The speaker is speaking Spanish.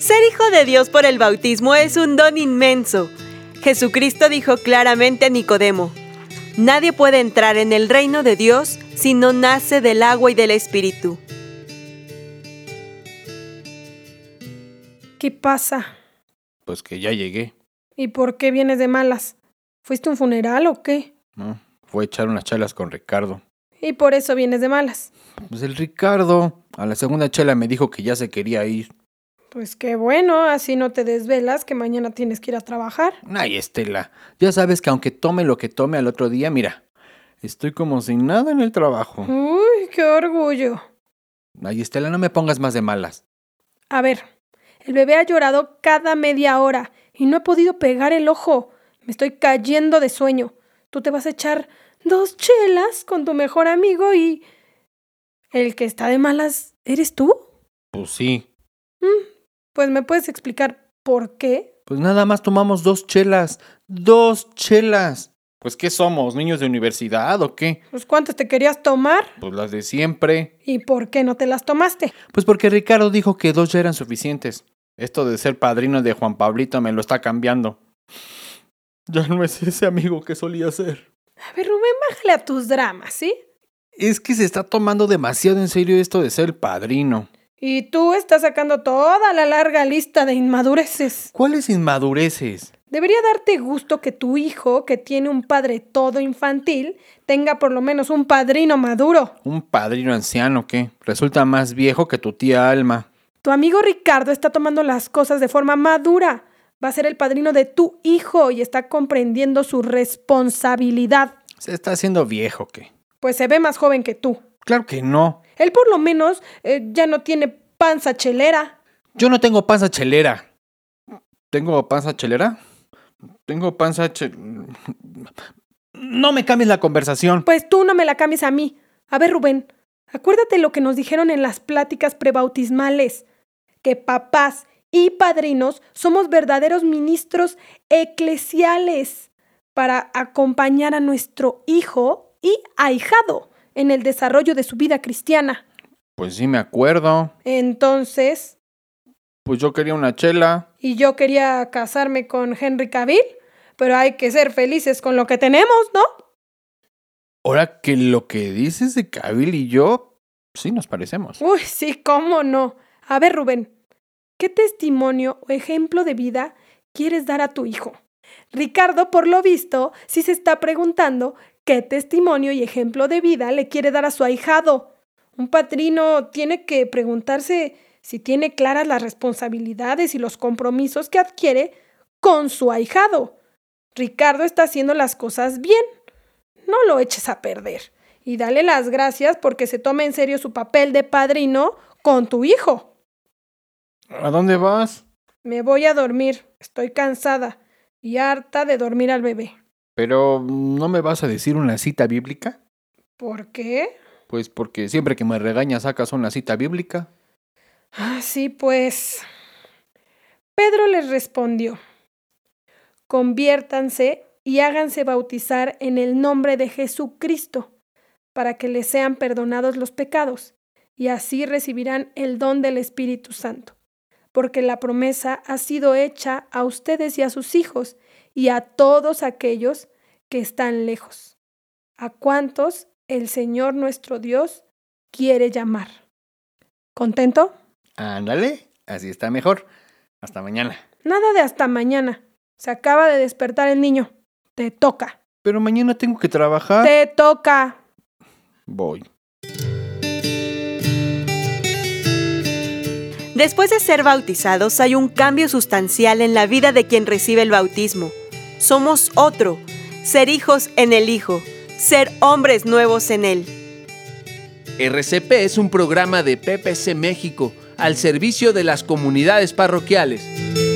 Ser hijo de Dios por el bautismo es un don inmenso. Jesucristo dijo claramente a Nicodemo: nadie puede entrar en el reino de Dios si no nace del agua y del Espíritu. ¿Qué pasa? Pues que ya llegué. ¿Y por qué vienes de malas? ¿Fuiste a un funeral o qué? No, fue a echar unas chelas con Ricardo. ¿Y por eso vienes de malas? Pues el Ricardo, a la segunda chela me dijo que ya se quería ir. Pues qué bueno, así no te desvelas que mañana tienes que ir a trabajar. Ay, Estela, ya sabes que aunque tome lo que tome al otro día, mira, estoy como sin nada en el trabajo. Uy, qué orgullo. Ay, Estela, no me pongas más de malas. A ver, el bebé ha llorado cada media hora y no he podido pegar el ojo. Me estoy cayendo de sueño. Tú te vas a echar 2 chelas con tu mejor amigo y... ¿el que está de malas eres tú? Pues sí. Pues me puedes explicar por qué. Pues nada más tomamos 2 chelas. 2 chelas. Pues ¿qué somos? ¿Niños de universidad o qué? Pues ¿cuántas te querías tomar? Pues las de siempre. ¿Y por qué no te las tomaste? Pues porque Ricardo dijo que 2 ya eran suficientes. Esto de ser padrino de Juan Pablito me lo está cambiando. Ya no es ese amigo que solía ser. A ver, Rubén, bájale a tus dramas, ¿sí? Es que se está tomando demasiado en serio esto de ser el padrino. Y tú estás sacando toda la larga lista de inmadureces. ¿Cuáles inmadureces? Debería darte gusto que tu hijo, que tiene un padre todo infantil, tenga por lo menos un padrino maduro. ¿Un padrino anciano qué? Resulta más viejo que tu tía Alma. Tu amigo Ricardo está tomando las cosas de forma madura. Va a ser el padrino de tu hijo y está comprendiendo su responsabilidad. ¿Se está haciendo viejo qué? Pues se ve más joven que tú. Claro que no. Él por lo menos ya no tiene panza chelera. Yo no tengo panza chelera. ¿Tengo panza chelera? Tengo panza No me cambies la conversación. Pues tú no me la cambies a mí. A ver, Rubén, acuérdate lo que nos dijeron en las pláticas prebautismales, que papás y padrinos somos verdaderos ministros eclesiales para acompañar a nuestro hijo y ahijado en el desarrollo de su vida cristiana. Pues sí me acuerdo. Entonces... pues yo quería una chela. Y yo quería casarme con Henry Cavill, pero hay que ser felices con lo que tenemos, ¿no? Ahora que lo que dices de Cavill y yo, sí nos parecemos. Uy, sí, cómo no. A ver, Rubén, ¿qué testimonio o ejemplo de vida quieres dar a tu hijo? Ricardo, por lo visto, sí se está preguntando qué testimonio y ejemplo de vida le quiere dar a su ahijado. Un padrino tiene que preguntarse si tiene claras las responsabilidades y los compromisos que adquiere con su ahijado. Ricardo está haciendo las cosas bien. No lo eches a perder. Y dale las gracias porque se toma en serio su papel de padrino con tu hijo. ¿A dónde vas? Me voy a dormir. Estoy cansada y harta de dormir al bebé. Pero, ¿no me vas a decir una cita bíblica? ¿Por qué? Pues porque siempre que me regañas sacas una cita bíblica. Ah, sí, pues... Pedro les respondió: conviértanse y háganse bautizar en el nombre de Jesucristo, para que les sean perdonados los pecados, y así recibirán el don del Espíritu Santo, porque la promesa ha sido hecha a ustedes y a sus hijos, y a todos aquellos que están lejos, a cuantos el Señor nuestro Dios quiere llamar. ¿Contento? Ándale, así está mejor. Hasta mañana. Nada de hasta mañana. Se acaba de despertar el niño. Te toca. Pero mañana tengo que trabajar. Te toca. Voy. Después de ser bautizados, hay un cambio sustancial en la vida de quien recibe el bautismo. Somos otro, ser hijos en el Hijo, ser hombres nuevos en Él. RCP es un programa de PPC México al servicio de las comunidades parroquiales.